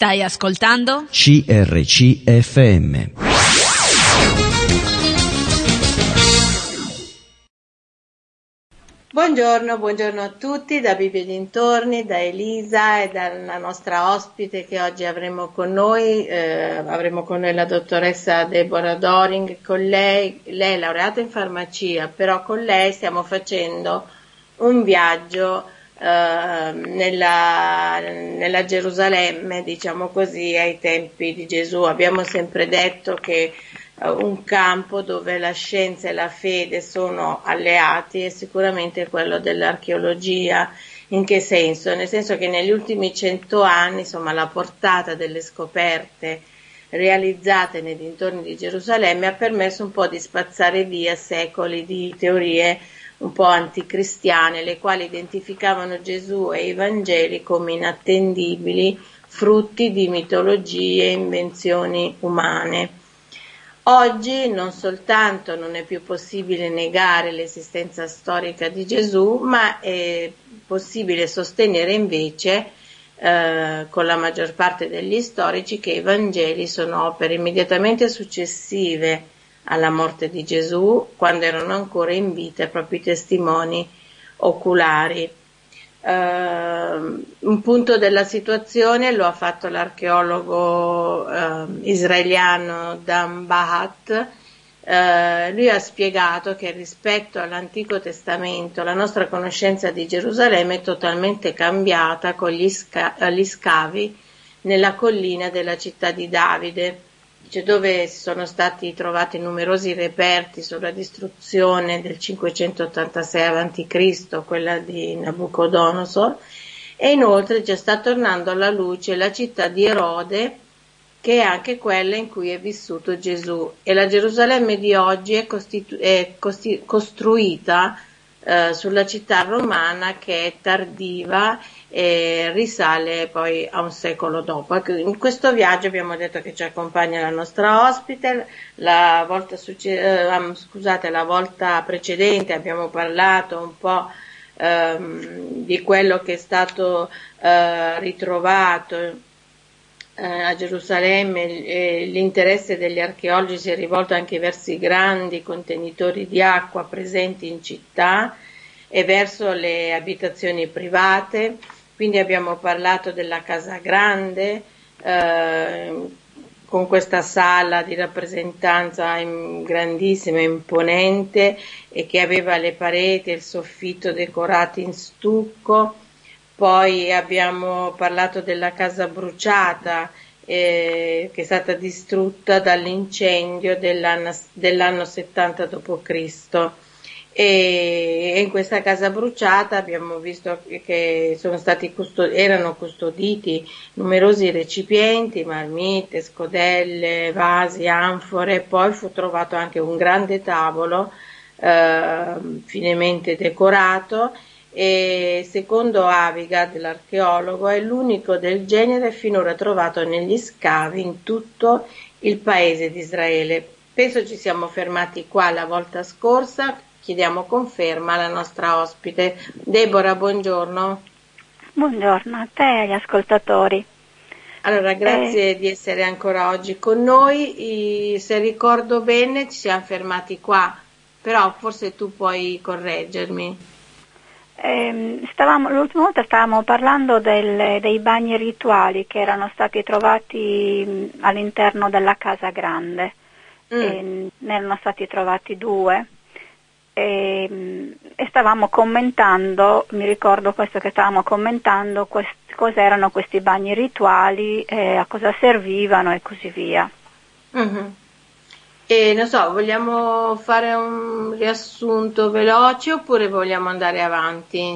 Stai ascoltando? CRC FM. Buongiorno a tutti da Bibbia e dintorni, da Elisa e dalla nostra ospite che oggi avremo con noi. Avremo con noi la dottoressa Deborah Doring. Con lei è laureata in farmacia, però con lei stiamo facendo un viaggio nella Gerusalemme, diciamo così, ai tempi di Gesù. Abbiamo sempre detto che un campo dove la scienza e la fede sono alleati è sicuramente quello dell'archeologia. In che senso? Nel senso che negli ultimi 100 anni, insomma, la portata delle scoperte realizzate nei dintorni di Gerusalemme ha permesso un po' di spazzare via secoli di teorie un po' anticristiane, le quali identificavano Gesù e i Vangeli come inattendibili, frutti di mitologie e invenzioni umane. Oggi non soltanto non è più possibile negare l'esistenza storica di Gesù, ma è possibile sostenere invece, con la maggior parte degli storici, che i Vangeli sono opere immediatamente successive alla morte di Gesù, quando erano ancora in vita i propri testimoni oculari. Un punto della situazione lo ha fatto l'archeologo israeliano Dan Bahat. Lui ha spiegato che rispetto all'Antico Testamento la nostra conoscenza di Gerusalemme è totalmente cambiata con gli scavi nella collina della città di Davide, dove sono stati trovati numerosi reperti sulla distruzione del 586 a.C., quella di Nabucodonosor, e inoltre già sta tornando alla luce la città di Erode, che è anche quella in cui è vissuto Gesù, e la Gerusalemme di oggi è costruita sulla città romana, che è tardiva e risale poi a un secolo dopo. In questo viaggio abbiamo detto che ci accompagna la nostra ospite. La volta precedente abbiamo parlato un po' di quello che è stato ritrovato a Gerusalemme. L'interesse degli archeologi si è rivolto anche verso i grandi contenitori di acqua presenti in città e verso le abitazioni private. Quindi abbiamo parlato della Casa Grande, con questa sala di rappresentanza grandissima, imponente, e che aveva le pareti e il soffitto decorati in stucco. Poi abbiamo parlato della casa bruciata, che è stata distrutta dall'incendio dell'anno 70 d.C. E in questa casa bruciata abbiamo visto che erano custoditi numerosi recipienti, marmite, scodelle, vasi, anfore. Poi fu trovato anche un grande tavolo finemente decorato, e secondo Avigad, l'archeologo, è l'unico del genere finora trovato negli scavi in tutto il paese di Israele. Penso ci siamo fermati qua la volta scorsa. Chiediamo conferma alla nostra ospite. Deborah, buongiorno. Buongiorno a te e agli ascoltatori. Allora, grazie di essere ancora oggi con noi. Se ricordo bene ci siamo fermati qua, però forse tu puoi correggermi. L'ultima volta stavamo parlando dei bagni rituali che erano stati trovati all'interno della Casa Grande. Ne erano stati trovati 2. E stavamo commentando, mi ricordo questo, che stavamo commentando cos'erano questi bagni rituali, a cosa servivano e così via. E non so, vogliamo fare un riassunto veloce oppure vogliamo andare avanti?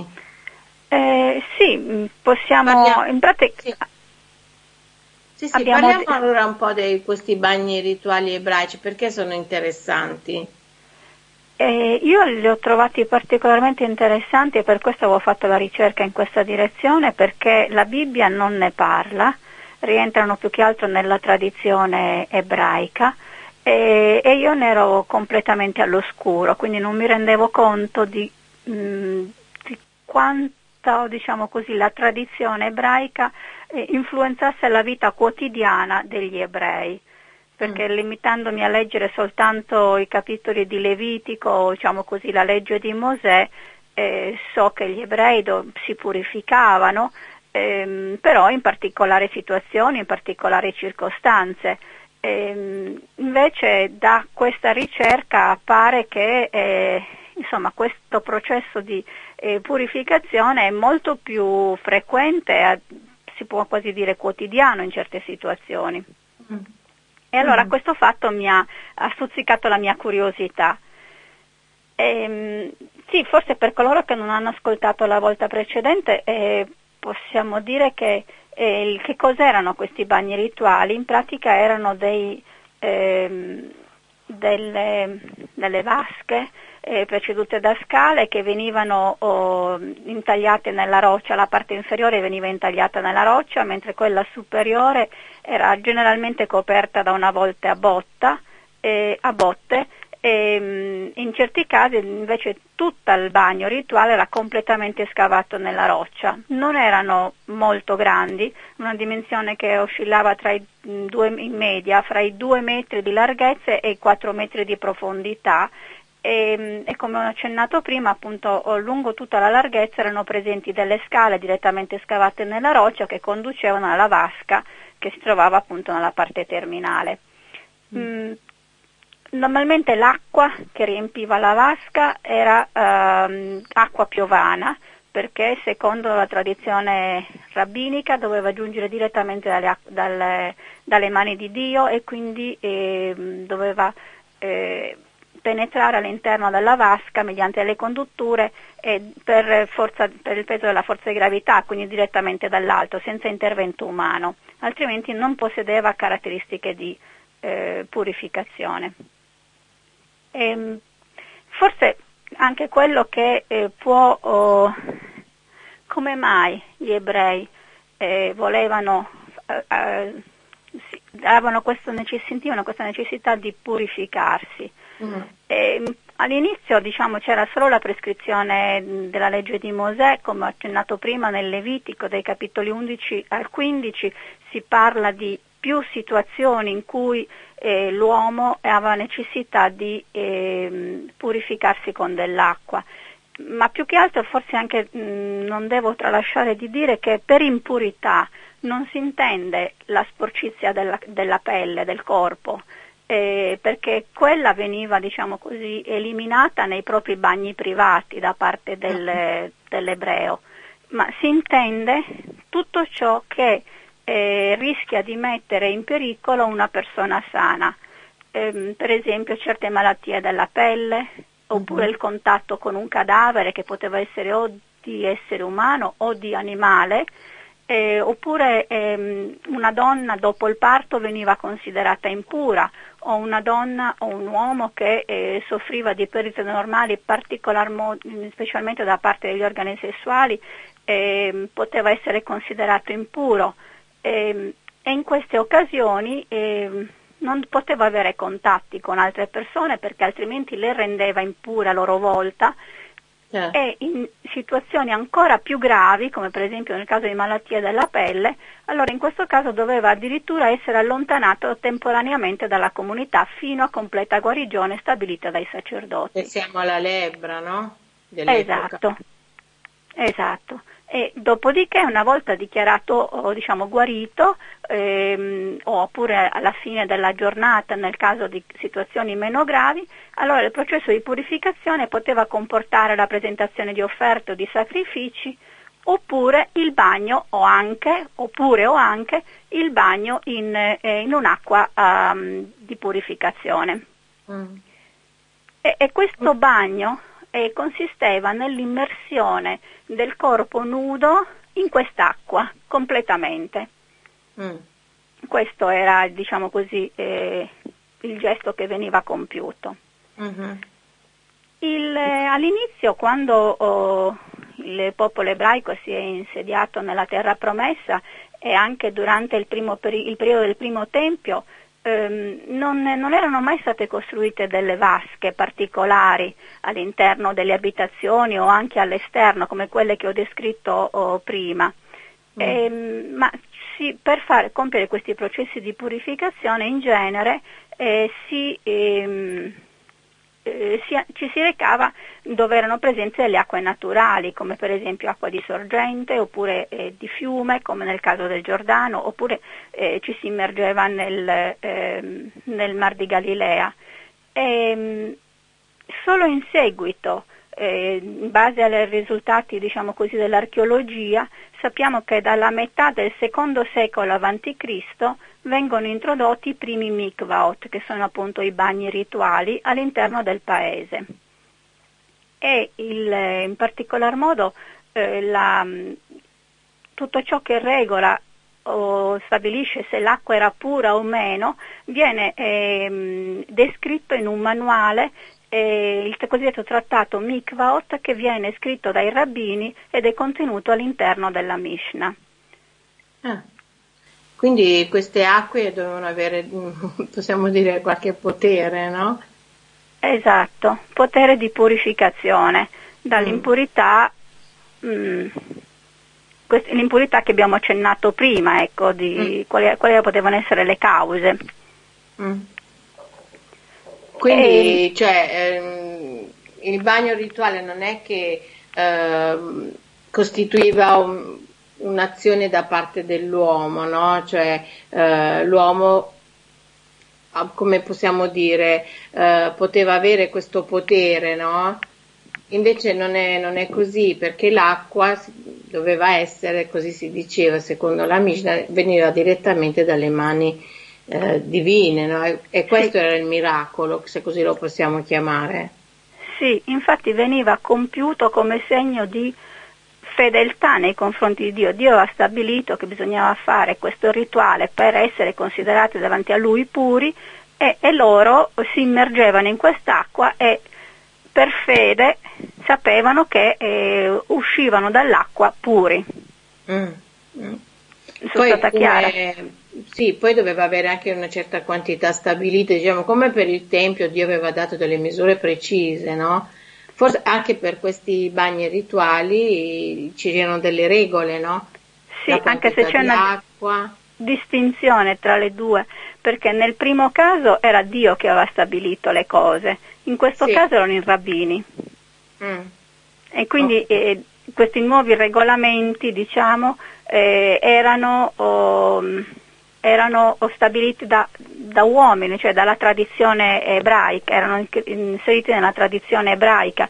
Sì, possiamo, in pratica. Sì, parliamo allora un po' di questi bagni rituali ebraici, perché sono interessanti. Io li ho trovati particolarmente interessanti e per questo avevo fatto la ricerca in questa direzione, perché la Bibbia non ne parla, rientrano più che altro nella tradizione ebraica, e io ne ero completamente all'oscuro, quindi non mi rendevo conto di quanto, diciamo così, la tradizione ebraica influenzasse la vita quotidiana degli ebrei. Perché limitandomi a leggere soltanto i capitoli di Levitico, diciamo così, la legge di Mosè, so che gli ebrei si purificavano, però in particolari situazioni, in particolari circostanze. Invece da questa ricerca appare che insomma, questo processo di purificazione è molto più frequente, si può quasi dire quotidiano in certe situazioni. E allora questo fatto mi ha stuzzicato la mia curiosità. Sì, forse per coloro che non hanno ascoltato la volta precedente possiamo dire che cos'erano questi bagni rituali. In pratica erano delle vasche precedute da scale che venivano intagliate nella roccia. La parte inferiore veniva intagliata nella roccia, mentre quella superiore era generalmente coperta da una volte a botte, e in certi casi invece tutto il bagno rituale era completamente scavato nella roccia. Non erano molto grandi, una dimensione che oscillava in media fra i 2 metri di larghezza e i 4 metri di profondità. E come ho accennato prima, appunto, lungo tutta la larghezza erano presenti delle scale direttamente scavate nella roccia che conducevano alla vasca che si trovava appunto nella parte terminale. Normalmente l'acqua che riempiva la vasca era acqua piovana, perché secondo la tradizione rabbinica doveva giungere direttamente dalle mani di Dio e quindi doveva penetrare all'interno della vasca mediante le condutture per il peso della forza di gravità, quindi direttamente dall'alto, senza intervento umano, altrimenti non possedeva caratteristiche di purificazione. Forse anche quello che come mai gli ebrei sentivano questa necessità di purificarsi. All'inizio, diciamo, c'era solo la prescrizione della legge di Mosè, come ho accennato prima nel Levitico, dai capitoli 11 al 15 si parla di più situazioni in cui l'uomo aveva necessità di purificarsi con dell'acqua, ma più che altro forse anche non devo tralasciare di dire che per impurità non si intende la sporcizia della pelle, del corpo, perché quella veniva, diciamo così, eliminata nei propri bagni privati da parte dell'ebreo, ma si intende tutto ciò che rischia di mettere in pericolo una persona sana, per esempio certe malattie della pelle, oppure il contatto con un cadavere che poteva essere o di essere umano o di animale, oppure una donna dopo il parto veniva considerata impura, o una donna o un uomo che soffriva di perdite normali, specialmente da parte degli organi sessuali, poteva essere considerato impuro. E in queste occasioni non poteva avere contatti con altre persone perché altrimenti le rendeva impure a loro volta, e in situazioni ancora più gravi, come per esempio nel caso di malattie della pelle, allora in questo caso doveva addirittura essere allontanato temporaneamente dalla comunità fino a completa guarigione stabilita dai sacerdoti. E siamo alla lebbra, no? Esatto. E dopodiché, una volta dichiarato o diciamo guarito, oppure alla fine della giornata nel caso di situazioni meno gravi, allora il processo di purificazione poteva comportare la presentazione di offerte o di sacrifici, oppure il bagno o anche il bagno in un'acqua di purificazione. E questo bagno consisteva nell'immersione del corpo nudo in quest'acqua completamente. Questo era, diciamo così, il gesto che veniva compiuto. All'inizio, quando il popolo ebraico si è insediato nella terra promessa e anche durante il periodo del primo tempio, non erano mai state costruite delle vasche particolari all'interno delle abitazioni o anche all'esterno come quelle che ho descritto prima, ma per compiere questi processi di purificazione in genere ci si recava dove erano presenti delle acque naturali, come per esempio acqua di sorgente oppure di fiume, come nel caso del Giordano, oppure ci si immergeva nel Mar di Galilea. Solo in seguito, in base ai risultati, diciamo così, dell'archeologia, sappiamo che dalla metà del secondo secolo a.C. vengono introdotti i primi mikvaot, che sono appunto i bagni rituali all'interno del paese. E in particolar modo tutto ciò che regola o stabilisce se l'acqua era pura o meno viene descritto in un manuale, il cosiddetto trattato Mikvaot, che viene scritto dai rabbini ed è contenuto all'interno della Mishnah. Quindi queste acque dovevano avere, possiamo dire, qualche potere, no? Esatto, potere di purificazione dall'impurità, l'impurità che abbiamo accennato prima, ecco, di quali potevano essere le cause. Quindi, il bagno rituale non è che costituiva un'azione da parte dell'uomo, no? Cioè l'uomo, come possiamo dire, poteva avere questo potere, no? Invece non è così, perché l'acqua doveva essere, così si diceva, secondo la Mishnah, veniva direttamente dalle mani divine, no? E questo era il miracolo, se così lo possiamo chiamare. Sì, infatti veniva compiuto come segno di fedeltà nei confronti di Dio. Dio aveva stabilito che bisognava fare questo rituale per essere considerati davanti a Lui puri, e loro si immergevano in quest'acqua e per fede sapevano che uscivano dall'acqua puri. Sono stata chiara? Sì, poi doveva avere anche una certa quantità stabilita, diciamo, come per il Tempio Dio aveva dato delle misure precise, no? Forse anche per questi bagni rituali c'erano delle regole, no? Sì, anche se c'è una distinzione tra le due, perché nel primo caso era Dio che aveva stabilito le cose, in questo caso erano i rabbini. E quindi questi nuovi regolamenti, diciamo, erano stabiliti da uomini, cioè dalla tradizione ebraica, erano inseriti nella tradizione ebraica.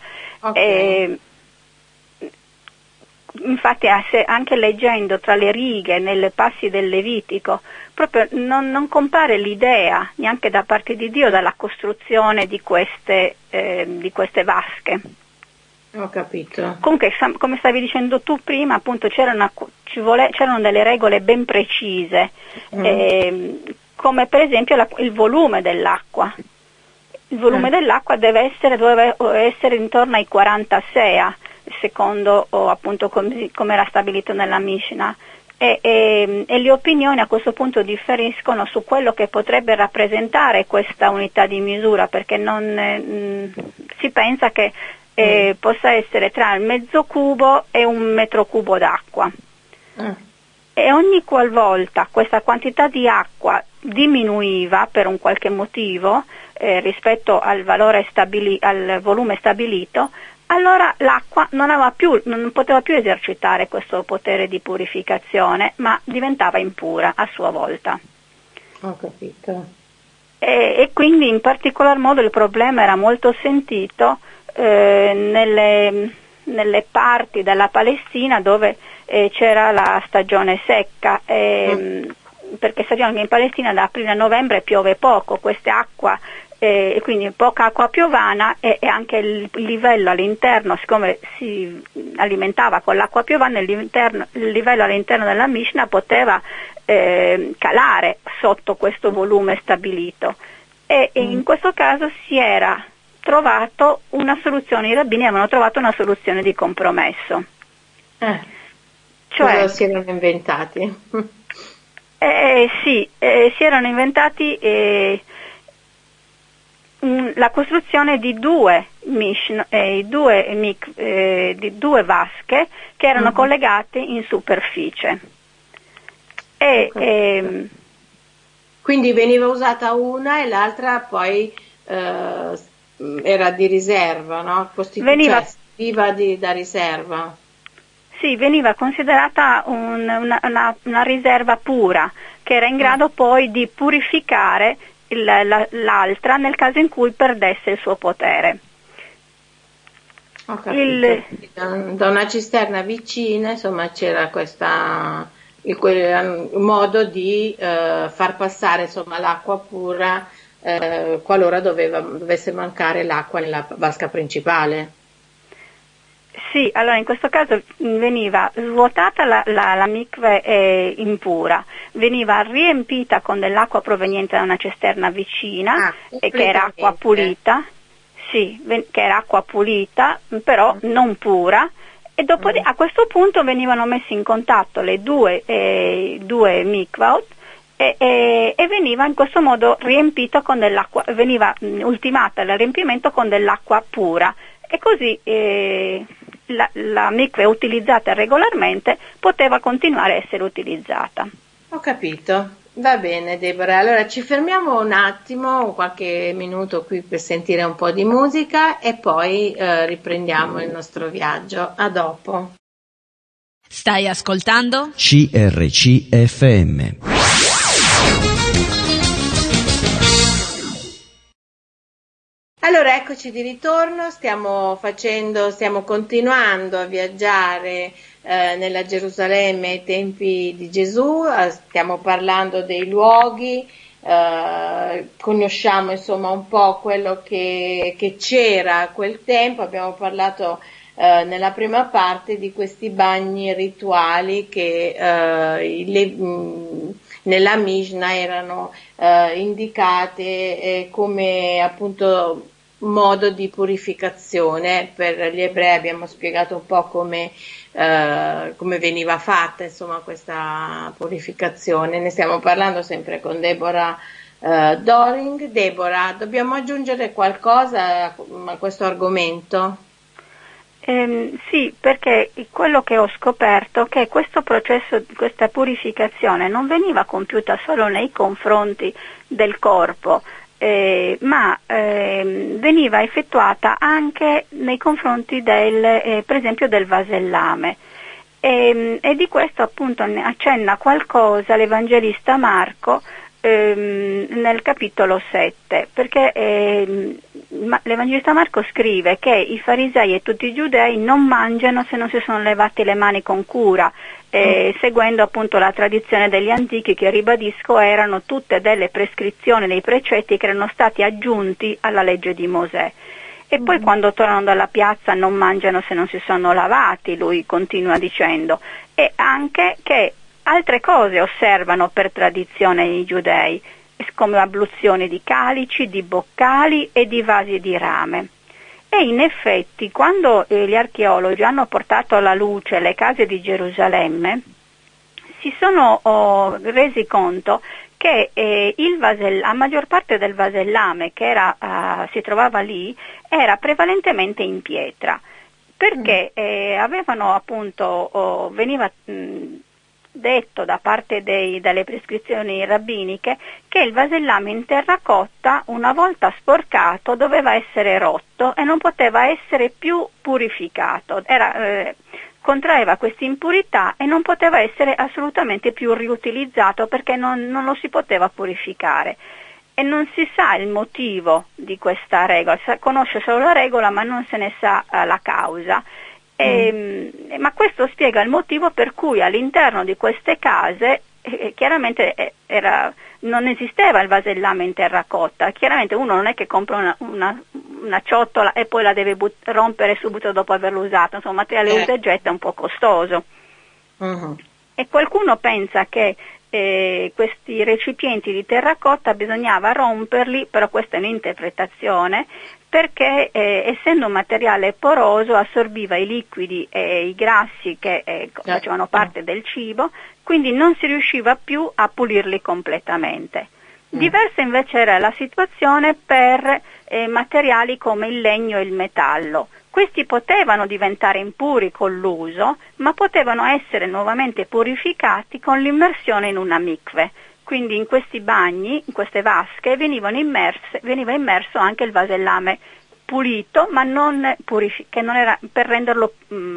Infatti anche leggendo tra le righe nelle passi del Levitico, proprio non compare l'idea neanche da parte di Dio della costruzione di queste vasche. Ho capito. Comunque, come stavi dicendo tu prima, appunto c'erano delle regole ben precise, come per esempio il volume dell'acqua. Il volume dell'acqua doveva essere intorno ai 40 sea, secondo appunto come era stabilito nella Mishnah. E le opinioni a questo punto differiscono su quello che potrebbe rappresentare questa unità di misura, perché si pensa che possa essere tra il mezzo cubo e un metro cubo d'acqua. E ogni qualvolta questa quantità di acqua diminuiva per un qualche motivo rispetto al al volume stabilito, allora l'acqua non poteva più esercitare questo potere di purificazione, ma diventava impura a sua volta. Ho capito. E quindi in particolar modo il problema era molto sentito nelle parti della Palestina dove c'era la stagione secca, perché sappiamo che in Palestina da aprile a novembre piove poco, questa acqua, quindi poca acqua piovana, e anche il livello all'interno, siccome si alimentava con l'acqua piovana, il livello all'interno della Mishnah poteva calare sotto questo volume stabilito, e in questo caso si era trovato una soluzione, i rabbini avevano trovato una soluzione di compromesso. Cosa si erano inventati? Si erano inventati la costruzione di due vasche che erano collegate in superficie. Quindi veniva usata una e l'altra poi era di riserva, no? Serviva da riserva. Sì, veniva considerata una riserva pura, che era in grado poi di purificare l'altra nel caso in cui perdesse il suo potere. Ho capito. Da una cisterna vicina, insomma, c'era quel modo di far passare, insomma, l'acqua pura qualora dovesse mancare l'acqua nella vasca principale. Sì, allora in questo caso veniva svuotata la mikve impura, veniva riempita con dell'acqua proveniente da una cisterna vicina, che era acqua pulita, sì, che era acqua pulita, però non pura, e dopo a questo punto venivano messi in contatto le due mikvaot e veniva in questo modo riempita con dell'acqua, veniva ultimata il riempimento con dell'acqua pura, e così la mikve utilizzata regolarmente poteva continuare a essere utilizzata. Ho capito, va bene Deborah, allora ci fermiamo un attimo, qualche minuto qui per sentire un po' di musica e poi riprendiamo il nostro viaggio. A dopo. Stai ascoltando? CRC FM. Allora eccoci di ritorno, stiamo continuando a viaggiare nella Gerusalemme ai tempi di Gesù, stiamo parlando dei luoghi, conosciamo insomma un po' quello che c'era a quel tempo, abbiamo parlato nella prima parte di questi bagni rituali che nella Mishnah erano indicate come appunto modo di purificazione. Per gli ebrei abbiamo spiegato un po' come veniva fatta insomma questa purificazione. Ne stiamo parlando sempre con Deborah Doring. Deborah, dobbiamo aggiungere qualcosa a questo argomento? Sì, perché quello che ho scoperto è che questo processo, questa purificazione non veniva compiuta solo nei confronti del corpo, ma veniva effettuata anche nei confronti per esempio del vasellame. E di questo appunto ne accenna qualcosa l'Evangelista Marco nel capitolo 7, perché l'Evangelista Marco scrive che i farisei e tutti i giudei non mangiano se non si sono levati le mani con cura, seguendo appunto la tradizione degli antichi, che ribadisco erano tutte delle prescrizioni, dei precetti che erano stati aggiunti alla legge di Mosè. E poi quando tornano dalla piazza non mangiano se non si sono lavati, lui continua dicendo, e anche che altre cose osservano per tradizione i giudei, come abluzioni di calici, di boccali e di vasi di rame. E in effetti, quando gli archeologi hanno portato alla luce le case di Gerusalemme, si sono resi conto che la maggior parte del vasellame che si trovava lì era prevalentemente in pietra, perché avevano appunto veniva detto da parte dalle prescrizioni rabbiniche che il vasellame in terracotta, una volta sporcato, doveva essere rotto e non poteva essere più purificato, contraeva questa impurità e non poteva essere assolutamente più riutilizzato, perché non lo si poteva purificare. E non si sa il motivo di questa regola, si conosce solo la regola ma non se ne sa la causa. Ma questo spiega il motivo per cui all'interno di queste case chiaramente non esisteva il vasellame in terracotta. Chiaramente uno non è che compra una ciotola e poi la deve rompere subito dopo averla usata, insomma, materiale usa e getta è un po' costoso. E qualcuno pensa che questi recipienti di terracotta bisognava romperli, però questa è un'interpretazione, perché essendo un materiale poroso assorbiva i liquidi e i grassi che facevano parte del cibo, quindi non si riusciva più a pulirli completamente. Diversa invece era la situazione per materiali come il legno e il metallo. questi potevano diventare impuri con l'uso, ma potevano essere nuovamente purificati con l'immersione in una mikve. Quindi in questi bagni, in queste vasche, veniva immerso anche il vasellame pulito, ma che non era per renderlo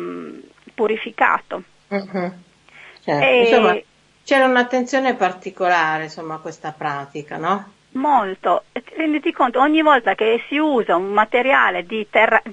purificato. Certo. Insomma, c'era un'attenzione particolare, insomma, a questa pratica, no? Molto. Renditi conto, ogni volta che si usa un materiale di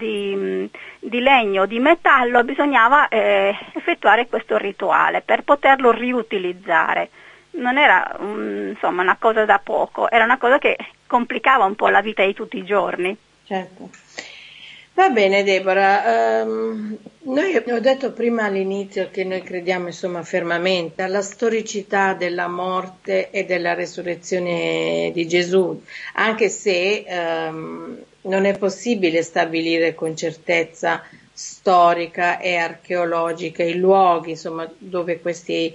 legno o di metallo bisognava effettuare questo rituale per poterlo riutilizzare. Non era insomma una cosa da poco, era una cosa che complicava un po' la vita di tutti i giorni. Certo. Va bene Deborah, noi ho detto prima all'inizio che noi crediamo insomma fermamente alla storicità della morte e della resurrezione di Gesù, anche se non è possibile stabilire con certezza storica e archeologica i luoghi insomma dove questi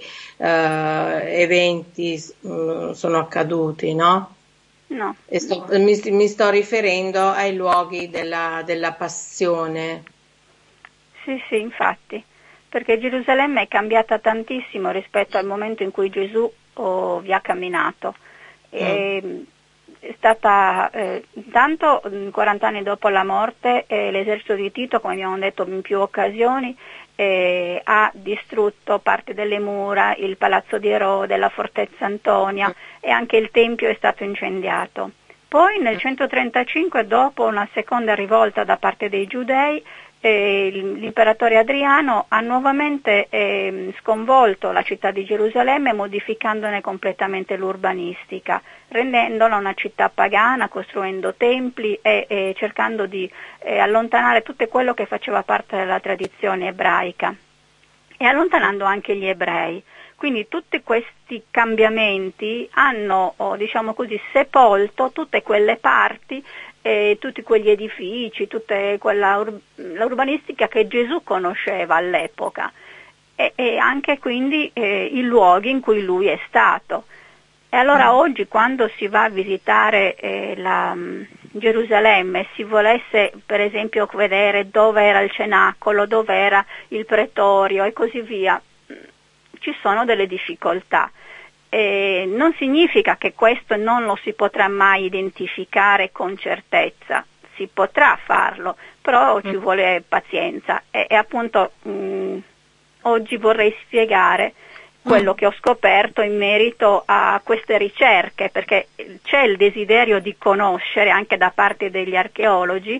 eventi sono accaduti, no? No. E mi sto riferendo ai luoghi della passione. Sì, infatti, perché Gerusalemme è cambiata tantissimo rispetto al momento in cui Gesù vi ha camminato. È stata, tanto 40 anni dopo la morte, l'esercito di Tito, come abbiamo detto in più occasioni, ha distrutto parte delle mura, il palazzo di Erode, la fortezza Antonia e anche il tempio è stato incendiato. Poi nel 135, dopo una seconda rivolta da parte dei giudei, l'imperatore Adriano ha nuovamente sconvolto la città di Gerusalemme modificandone completamente l'urbanistica, rendendola una città pagana, costruendo templi e cercando di allontanare tutto quello che faceva parte della tradizione ebraica e allontanando anche gli ebrei. Quindi tutti questi cambiamenti hanno, diciamo così, sepolto tutte quelle parti, tutti quegli edifici, tutta l'urbanistica che Gesù conosceva all'epoca e anche quindi i luoghi in cui lui è stato. E allora oggi quando si va a visitare Gerusalemme, si volesse per esempio vedere dove era il cenacolo, dove era il pretorio e così via, ci sono delle difficoltà. Non significa che questo non lo si potrà mai identificare con certezza, si potrà farlo, però ci vuole pazienza e appunto oggi vorrei spiegare quello che ho scoperto in merito a queste ricerche, perché c'è il desiderio di conoscere anche da parte degli archeologi,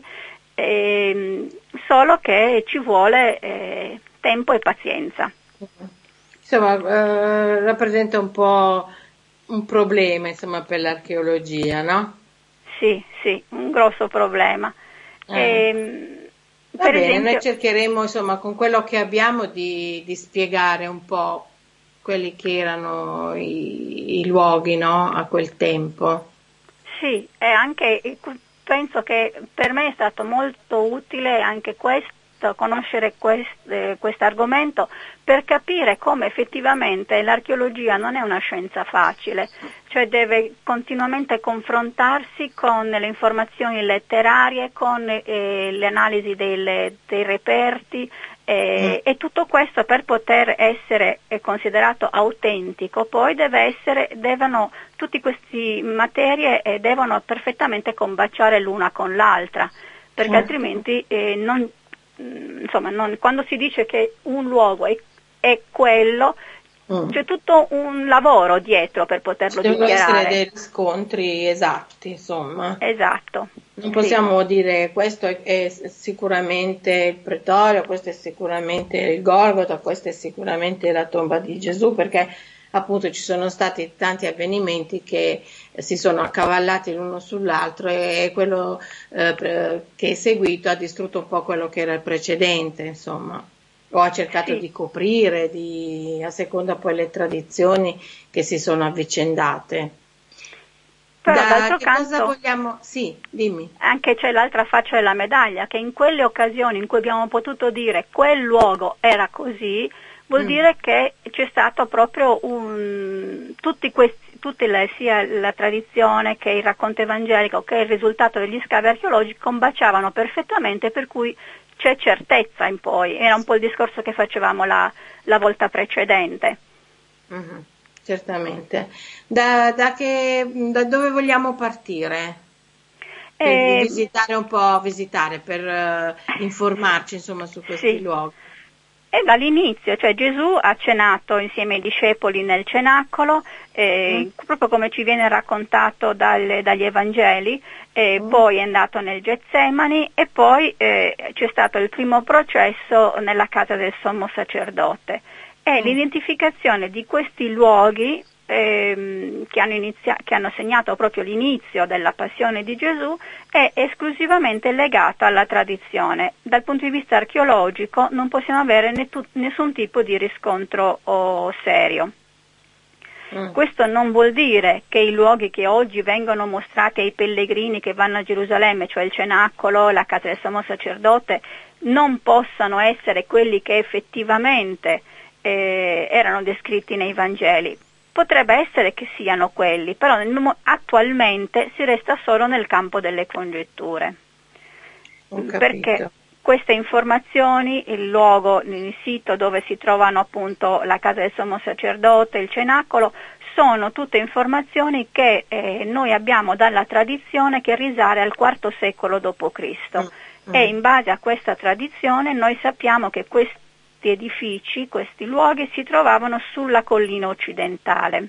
solo che ci vuole tempo e pazienza. Insomma, rappresenta un po' un problema insomma, per l'archeologia, no? Sì, un grosso problema. Va bene, noi cercheremo insomma con quello che abbiamo di spiegare un po' quelli che erano i luoghi, no? A quel tempo. Sì, e anche penso che per me è stato molto utile anche questo, conoscere questo argomento per capire come effettivamente l'archeologia non è una scienza facile, cioè deve continuamente confrontarsi con le informazioni letterarie, con le analisi dei reperti e tutto questo per poter essere considerato autentico poi tutte queste materie devono perfettamente combaciare l'una con l'altra, perché altrimenti quando si dice che un luogo è quello, c'è tutto un lavoro dietro per poterlo dichiarare. Devono essere dei riscontri esatti, insomma. Esatto. Non possiamo dire questo è sicuramente il pretorio, questo è sicuramente il Golgota, questo è sicuramente la tomba di Gesù, perché appunto ci sono stati tanti avvenimenti che si sono accavallati l'uno sull'altro e quello che è seguito ha distrutto un po' quello che era il precedente, insomma, o ha cercato di coprire a seconda poi le tradizioni che si sono avvicendate. Però d'altro canto, cosa vogliamo? Sì, dimmi. Anche c'è l'altra faccia della medaglia, che in quelle occasioni in cui abbiamo potuto dire quel luogo era così, vuol dire che c'è stato proprio tutti sia la tradizione che il racconto evangelico che il risultato degli scavi archeologici combaciavano perfettamente, per cui c'è certezza in poi. Era un po' il discorso che facevamo la volta precedente. Certamente. Da dove vogliamo partire? Per visitare per informarci insomma su questi luoghi. E dall'inizio, cioè Gesù ha cenato insieme ai discepoli nel cenacolo, proprio come ci viene raccontato dagli Evangeli, poi è andato nel Getsemani e poi c'è stato il primo processo nella casa del sommo sacerdote. E l'identificazione di questi luoghi che hanno segnato proprio l'inizio della passione di Gesù è esclusivamente legata alla tradizione. Dal punto di vista archeologico non possiamo avere nessun tipo di riscontro serio. Questo non vuol dire che i luoghi che oggi vengono mostrati ai pellegrini che vanno a Gerusalemme, cioè il cenacolo, la casa del sommo sacerdote, non possano essere quelli che effettivamente erano descritti nei Vangeli. Potrebbe essere che siano quelli, però attualmente si resta solo nel campo delle congetture. Perché queste informazioni, il luogo, il sito dove si trovano appunto la casa del sommo sacerdote, il cenacolo, sono tutte informazioni che noi abbiamo dalla tradizione che risale al IV secolo d.C. E in base a questa tradizione noi sappiamo che questi edifici, questi luoghi si trovavano sulla collina occidentale.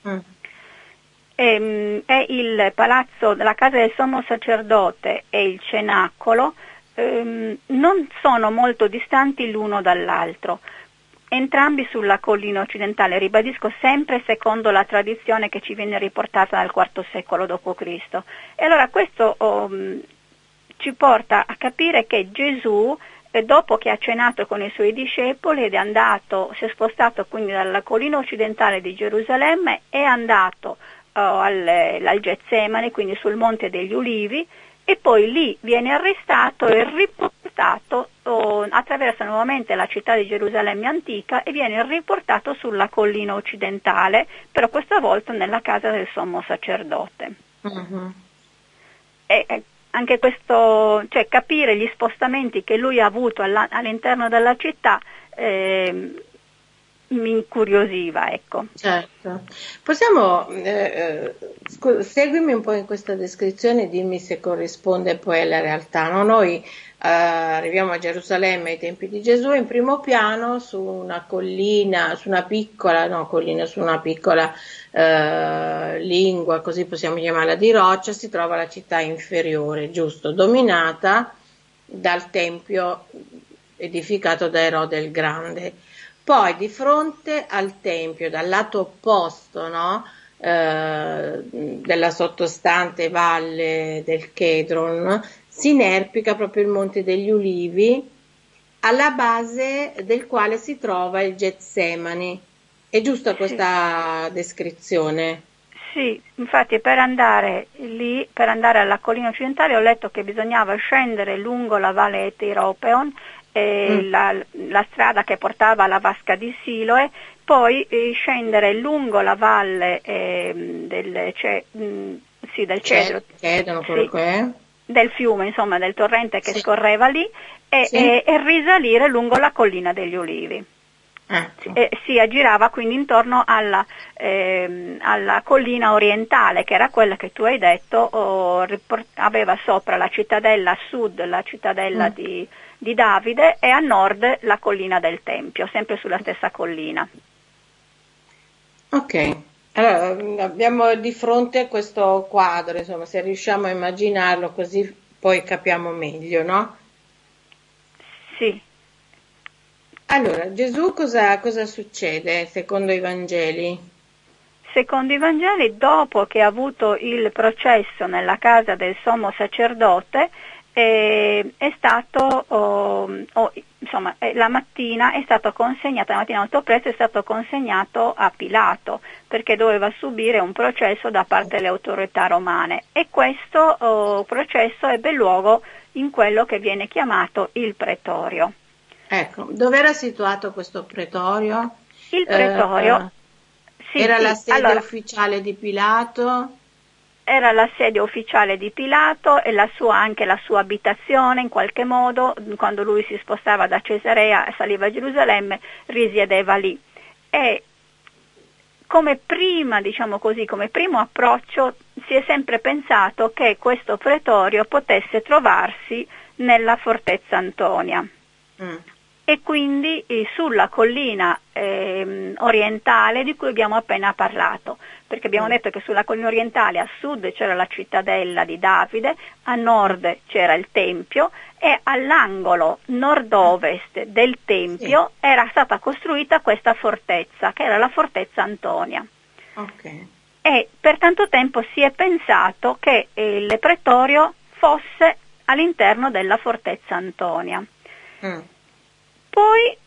E il palazzo della casa del sommo sacerdote e il cenacolo non sono molto distanti l'uno dall'altro, entrambi sulla collina occidentale, ribadisco, sempre secondo la tradizione che ci viene riportata dal IV secolo d.C. E allora questo ci porta a capire che Gesù, dopo che ha cenato con i suoi discepoli ed si è spostato quindi dalla collina occidentale di Gerusalemme, è andato al Getsemani, quindi sul Monte degli Ulivi, e poi lì viene arrestato e riportato, attraversa nuovamente la città di Gerusalemme antica e viene riportato sulla collina occidentale, però questa volta nella casa del sommo sacerdote. Anche questo, cioè capire gli spostamenti che lui ha avuto all'interno della città mi incuriosiva, ecco. Certo. Possiamo, seguimi un po' in questa descrizione e dimmi se corrisponde poi alla realtà, no? Noi arriviamo a Gerusalemme ai tempi di Gesù, in primo piano su una collina, su una piccola lingua, così possiamo chiamarla, di roccia, si trova la città inferiore, giusto, dominata dal tempio edificato da Erode il Grande. Poi di fronte al tempio, dal lato opposto, no, della sottostante valle del Chedron, si inerpica proprio il Monte degli Ulivi, alla base del quale si trova il Getsemani. È giusta questa descrizione? Sì, infatti per andare lì, per andare alla collina occidentale, ho letto che bisognava scendere lungo la valle Etiropeon, la strada che portava alla vasca di Siloe, poi scendere lungo la valle del Cedro, del fiume, insomma del torrente che scorreva lì, e risalire lungo la collina degli Ulivi. Si aggirava quindi intorno alla collina orientale, che era quella che tu hai detto, aveva sopra la cittadella, a sud la cittadella di Davide, e a nord la collina del Tempio, sempre sulla stessa collina. Ok, allora abbiamo di fronte questo quadro, insomma, se riusciamo a immaginarlo così poi capiamo meglio, no? Sì. Allora, Gesù cosa succede secondo i Vangeli? Secondo i Vangeli, dopo che ha avuto il processo nella casa del sommo sacerdote, è stato, la mattina è stato consegnato, la mattina molto presto è stato consegnato a Pilato, perché doveva subire un processo da parte delle autorità romane, e questo processo ebbe luogo in quello che viene chiamato il pretorio. Ecco, dove era situato questo pretorio? Il pretorio Sì, era sì. la sede Allora, ufficiale di Pilato? era la sede ufficiale di Pilato e anche la sua abitazione in qualche modo, quando lui si spostava da Cesarea e saliva a Gerusalemme, risiedeva lì. E come prima, diciamo così, come primo approccio si è sempre pensato che questo pretorio potesse trovarsi nella Fortezza Antonia. E quindi sulla collina orientale di cui abbiamo appena parlato, perché abbiamo detto che sulla collina orientale a sud c'era la cittadella di Davide, a nord c'era il Tempio e all'angolo nord-ovest del Tempio era stata costruita questa fortezza, che era la Fortezza Antonia. Okay. E per tanto tempo si è pensato che il pretorio fosse all'interno della Fortezza Antonia. Poi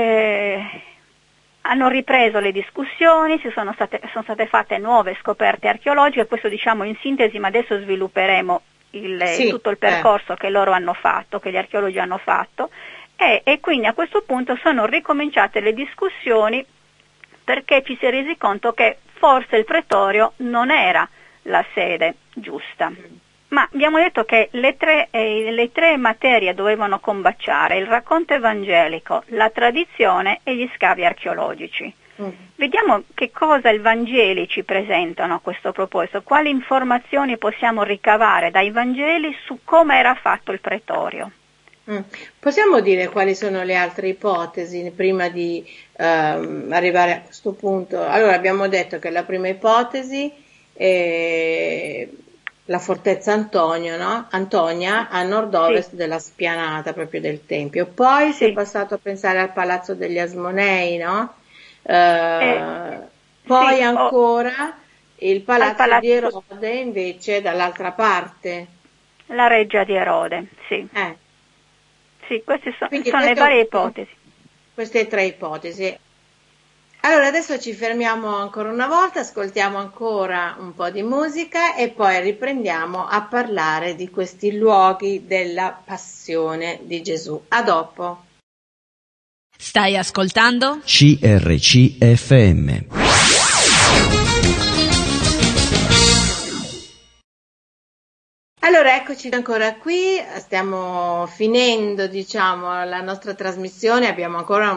hanno ripreso le discussioni, sono state fatte nuove scoperte archeologiche, questo diciamo in sintesi, ma adesso svilupperemo tutto il percorso che loro hanno fatto, che gli archeologi hanno fatto, e quindi a questo punto sono ricominciate le discussioni perché ci si è resi conto che forse il pretorio non era la sede giusta. Ma abbiamo detto che le tre materie dovevano combaciare: il racconto evangelico, la tradizione e gli scavi archeologici. Vediamo che cosa i Vangeli ci presentano a questo proposito, quali informazioni possiamo ricavare dai Vangeli su come era fatto il pretorio. Possiamo dire quali sono le altre ipotesi prima di arrivare a questo punto? Allora, abbiamo detto che la prima ipotesi è la Fortezza Antonia a nord-ovest della spianata proprio del Tempio. Poi si è passato a pensare al Palazzo degli Asmonei, no? Poi ancora il Palazzo di Erode invece dall'altra parte. La reggia di Erode, sì. Sì, queste sono le varie ipotesi. Queste tre ipotesi. Allora adesso ci fermiamo ancora una volta, ascoltiamo ancora un po' di musica e poi riprendiamo a parlare di questi luoghi della passione di Gesù. A dopo. Stai ascoltando? CRCFM. Allora eccoci ancora qui, stiamo finendo la nostra trasmissione, abbiamo ancora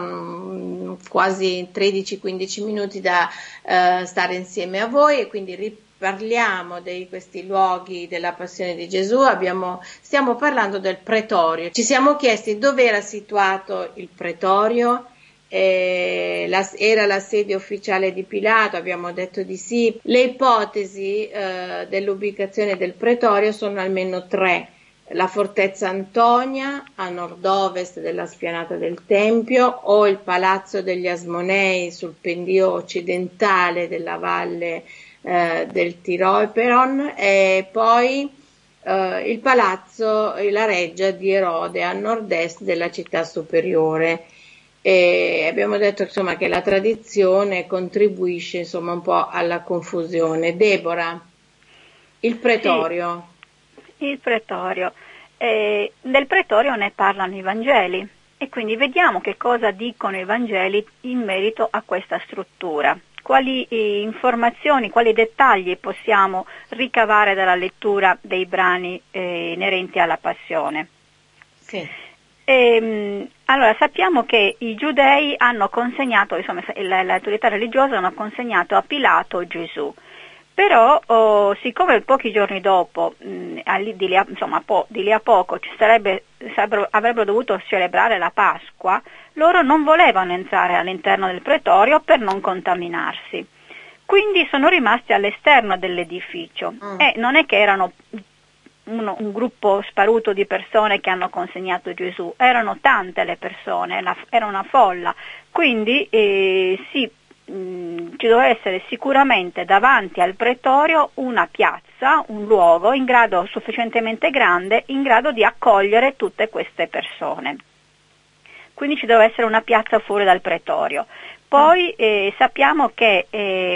quasi 13-15 minuti da stare insieme a voi e quindi riparliamo di questi luoghi della passione di Gesù. Stiamo parlando del pretorio, ci siamo chiesti dove era situato il pretorio. Era la sede ufficiale di Pilato, abbiamo detto di sì. Le ipotesi dell'ubicazione del pretorio sono almeno tre: la Fortezza Antonia a nord-ovest della spianata del Tempio, o il Palazzo degli Asmonei sul pendio occidentale della valle del Tiroperon, e poi il Palazzo e la reggia di Erode a nord-est della città superiore. E abbiamo detto che la tradizione contribuisce un po' alla confusione. Deborah, il pretorio. Sì, il pretorio. Del pretorio ne parlano i Vangeli e quindi vediamo che cosa dicono i Vangeli in merito a questa struttura. Quali informazioni, quali dettagli possiamo ricavare dalla lettura dei brani inerenti alla passione? Sì. Allora, sappiamo che i giudei hanno consegnato, le autorità religiose hanno consegnato a Pilato Gesù, però siccome pochi giorni dopo, di lì a poco, avrebbero dovuto celebrare la Pasqua, loro non volevano entrare all'interno del pretorio per non contaminarsi, quindi sono rimasti all'esterno dell'edificio e non è che erano un gruppo sparuto di persone che hanno consegnato Gesù, erano tante le persone, era una folla, quindi ci doveva essere sicuramente davanti al pretorio una piazza, un luogo sufficientemente grande, in grado di accogliere tutte queste persone. Quindi ci doveva essere una piazza fuori dal pretorio. Poi sappiamo che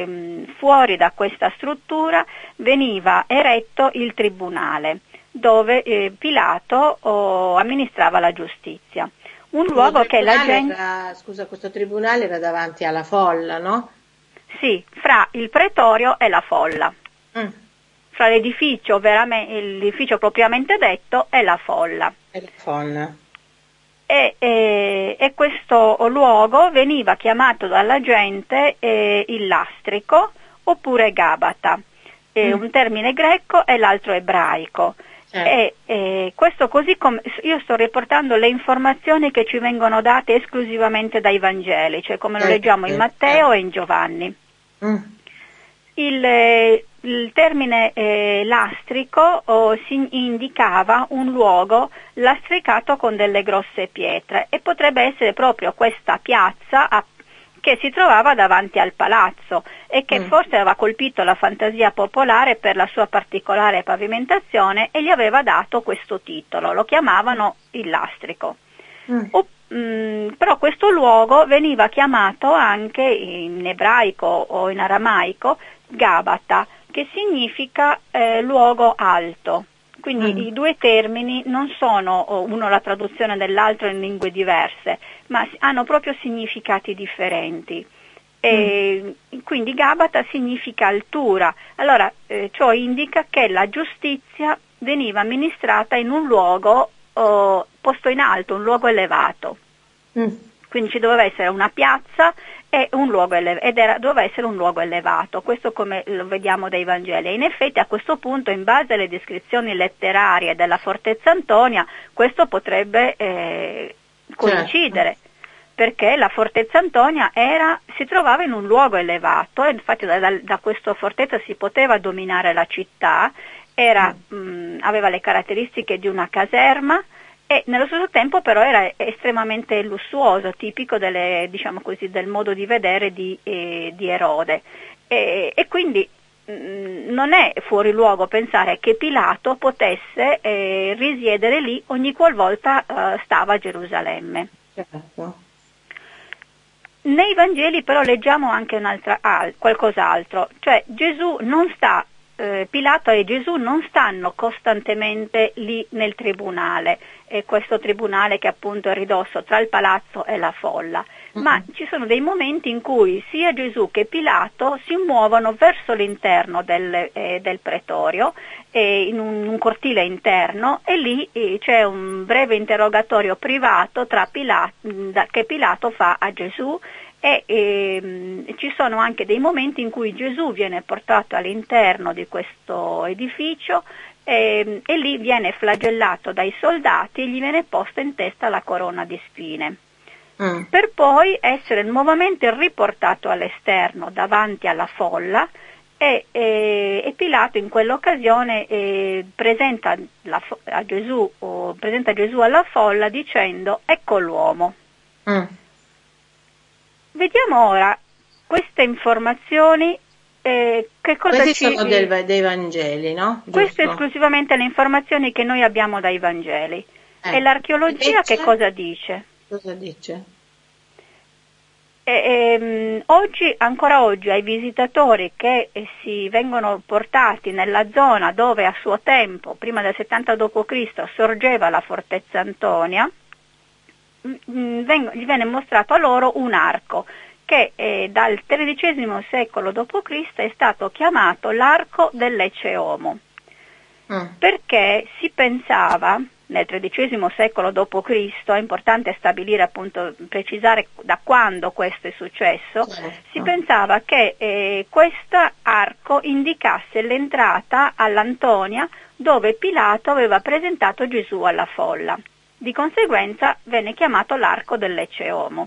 fuori da questa struttura veniva eretto il tribunale, dove Pilato amministrava la giustizia. Un luogo che la gente... questo tribunale era davanti alla folla, no? Sì, fra il pretorio e la folla. Fra l'edificio propriamente detto e la folla. E la folla. E questo luogo veniva chiamato dalla gente il lastrico oppure Gabata, un termine greco e l'altro ebraico. E questo, così come io sto riportando le informazioni che ci vengono date esclusivamente dai Vangeli, cioè come lo leggiamo in Matteo e in Giovanni. Il termine lastrico si indicava un luogo lastricato con delle grosse pietre, e potrebbe essere proprio questa piazza che si trovava davanti al palazzo e che forse aveva colpito la fantasia popolare per la sua particolare pavimentazione e gli aveva dato questo titolo, lo chiamavano il lastrico. Però questo luogo veniva chiamato anche in ebraico o in aramaico Gabata, che significa luogo alto. Quindi i due termini non sono uno la traduzione dell'altro in lingue diverse, ma hanno proprio significati differenti. E quindi Gabata significa altura. Allora ciò indica che la giustizia veniva amministrata in un luogo posto in alto, un luogo elevato. Quindi ci doveva essere una piazza e un luogo doveva essere un luogo elevato, questo come lo vediamo dai Vangeli. E in effetti a questo punto, in base alle descrizioni letterarie della Fortezza Antonia, questo potrebbe coincidere, perché la Fortezza Antonia si trovava in un luogo elevato, e infatti da questa fortezza si poteva dominare la città, aveva le caratteristiche di una caserma, e nello stesso tempo però era estremamente lussuoso, tipico diciamo così, del modo di vedere di Erode. E quindi non è fuori luogo pensare che Pilato potesse risiedere lì ogni qualvolta stava a Gerusalemme. Certo. Nei Vangeli però leggiamo anche qualcos'altro, cioè Pilato e Gesù non stanno costantemente lì nel tribunale, questo tribunale che appunto è ridosso tra il palazzo e la folla, ma ci sono dei momenti in cui sia Gesù che Pilato si muovono verso l'interno del pretorio, in un cortile interno, e lì c'è un breve interrogatorio privato che Pilato fa a Gesù. E ci sono anche dei momenti in cui Gesù viene portato all'interno di questo edificio e lì viene flagellato dai soldati e gli viene posta in testa la corona di spine, per poi essere nuovamente riportato all'esterno davanti alla folla, e Pilato in quell'occasione presenta Gesù alla folla dicendo: ecco l'uomo. Vediamo ora queste informazioni, che cosa Questi sono dei Vangeli, no? Giusto? Queste esclusivamente le informazioni che noi abbiamo dai Vangeli. E l'archeologia che cosa dice? Cosa dice? Ancora oggi ai visitatori che si vengono portati nella zona dove a suo tempo, prima del 70 d.C., sorgeva la Fortezza Antonia, gli viene mostrato a loro un arco che dal XIII secolo d.C. è stato chiamato l'arco dell'Ecce-Homo, perché si pensava nel XIII secolo d.C., è importante stabilire, appunto, precisare da quando questo è successo, si pensava che questo arco indicasse l'entrata all'Antonia dove Pilato aveva presentato Gesù alla folla. Di conseguenza venne chiamato l'arco dell'Ecce-Homo.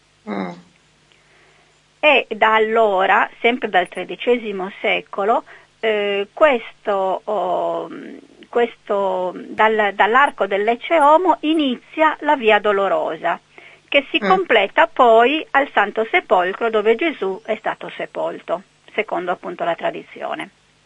E da allora, sempre dal XIII secolo, dall'arco dell'Ecce-Homo inizia la Via Dolorosa, che si completa poi al Santo Sepolcro, dove Gesù è stato sepolto, secondo appunto la tradizione.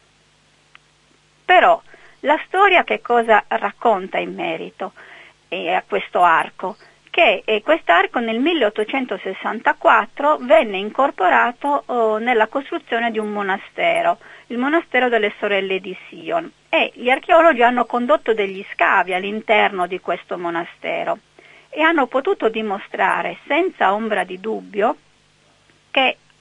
Però la storia che cosa racconta in merito a questo arco? Che quest'arco nel 1864 venne incorporato nella costruzione di un monastero, il monastero delle Sorelle di Sion, e gli archeologi hanno condotto degli scavi all'interno di questo monastero e hanno potuto dimostrare senza ombra di dubbio che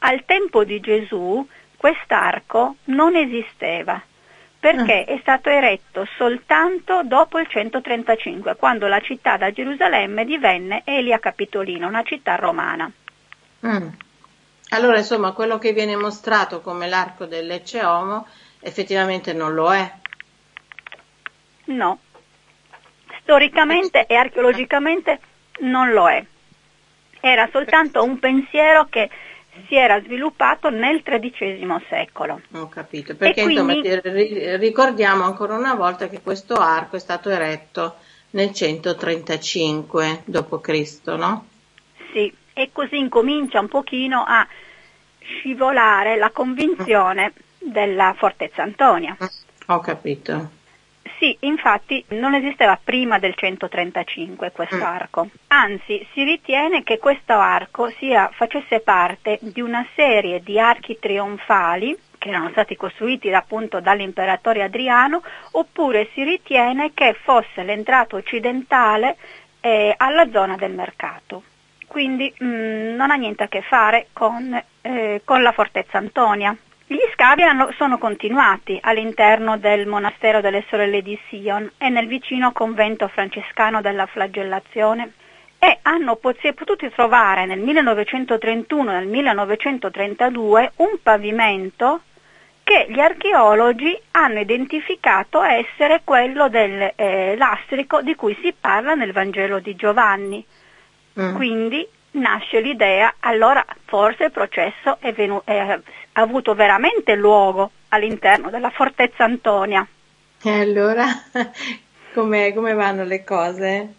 al tempo di Gesù quest'arco non esisteva, perché è stato eretto soltanto dopo il 135, quando la città da Gerusalemme divenne Elia Capitolina, una città romana. Allora, insomma, quello che viene mostrato come l'arco dell'Ecce Homo effettivamente non lo è. No, storicamente e archeologicamente non lo è. Era soltanto un pensiero che si era sviluppato nel XIII secolo. Ho capito, perché E quindi, insomma, ricordiamo ancora una volta che questo arco è stato eretto nel 135 d.C., no? sì, e così incomincia un pochino a scivolare la convinzione della Fortezza Antonia. Ho capito. Sì, infatti non esisteva prima del 135 questo arco, anzi si ritiene che questo arco facesse parte di una serie di archi trionfali che erano stati costruiti appunto dall'imperatore Adriano, oppure si ritiene che fosse l'entrata occidentale alla zona del mercato. Quindi non ha niente a che fare con la Fortezza Antonia. Gli scavi sono continuati all'interno del monastero delle sorelle di Sion e nel vicino convento francescano della Flagellazione, e si è potuto trovare nel 1931 e nel 1932 un pavimento che gli archeologi hanno identificato essere quello del lastrico di cui si parla nel Vangelo di Giovanni. Quindi nasce l'idea, allora forse il processo ha avuto veramente luogo all'interno della Fortezza Antonia. E allora come vanno le cose?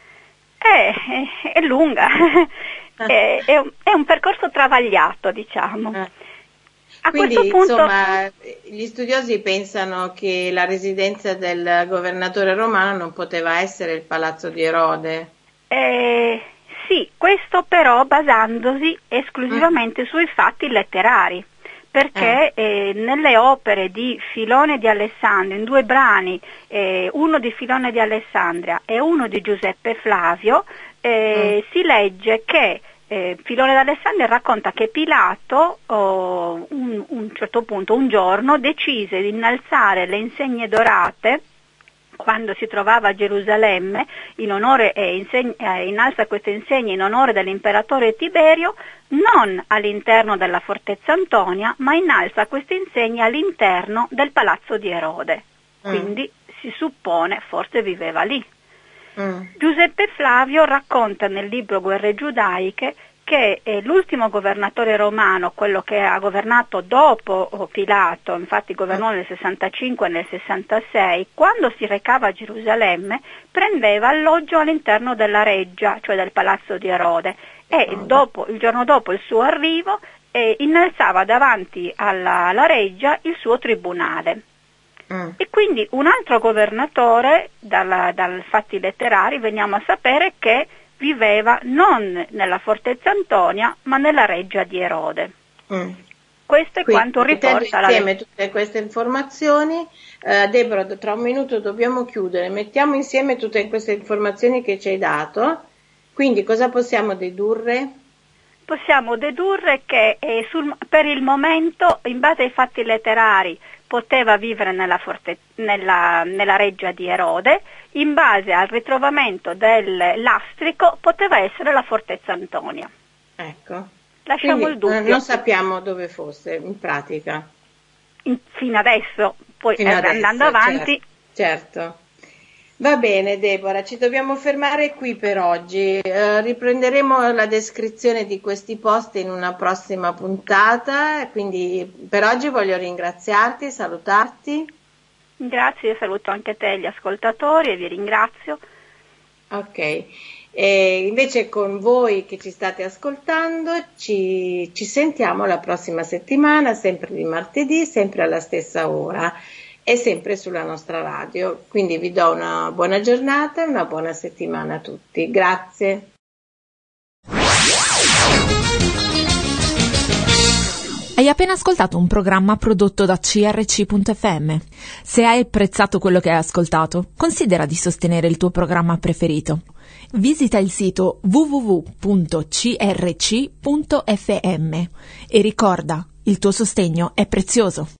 È lunga, è un percorso travagliato, diciamo. A Quindi, questo punto, insomma, gli studiosi pensano che la residenza del governatore romano non poteva essere il palazzo di Erode. Sì, questo però basandosi esclusivamente sui fatti letterari, perché nelle opere di Filone di Alessandria, in 2 brani, uno di Filone di Alessandria e uno di Giuseppe Flavio, si legge che Filone di Alessandria racconta che Pilato un certo punto, un giorno, decise di innalzare le insegne dorate quando si trovava a Gerusalemme, innalza queste insegne in onore dell'imperatore Tiberio, non all'interno della Fortezza Antonia, ma innalza queste insegne all'interno del palazzo di Erode. Quindi si suppone forse viveva lì. Giuseppe Flavio racconta nel libro Guerre giudaiche che l'ultimo governatore romano, quello che ha governato dopo Pilato, infatti governò nel 65 e nel 66, quando si recava a Gerusalemme prendeva alloggio all'interno della reggia, cioè del palazzo di Erode, e il giorno dopo il suo arrivo innalzava davanti alla reggia il suo tribunale. E quindi un altro governatore, dal fatti letterari veniamo a sapere che viveva non nella Fortezza Antonia, ma nella reggia di Erode. Questo è quanto riporta insieme tutte queste informazioni. Deborah, tra un minuto dobbiamo chiudere. Mettiamo insieme tutte queste informazioni che ci hai dato. Quindi cosa possiamo dedurre? Possiamo dedurre che per il momento, in base ai fatti letterari, poteva vivere nella reggia di Erode, in base al ritrovamento del lastrico poteva essere la Fortezza Antonia. Ecco. Lasciamo quindi, il dubbio. Non sappiamo dove fosse, in pratica. Fino adesso, poi andando avanti. Certo. Va bene Deborah, ci dobbiamo fermare qui per oggi. Riprenderemo la descrizione di questi posti in una prossima puntata, quindi per oggi voglio ringraziarti, salutarti. Grazie, saluto anche te, gli ascoltatori, e vi ringrazio. Ok, e invece con voi che ci state ascoltando ci sentiamo la prossima settimana, sempre di martedì, sempre alla stessa ora. E sempre sulla nostra radio, quindi vi do una buona giornata e una buona settimana a tutti. Grazie. Hai Hai appena ascoltato un programma prodotto da CRC.fm. Se hai apprezzato quello che hai ascoltato, considera di sostenere il tuo programma preferito. Visita il sito www.crc.fm e ricorda, il tuo sostegno è prezioso.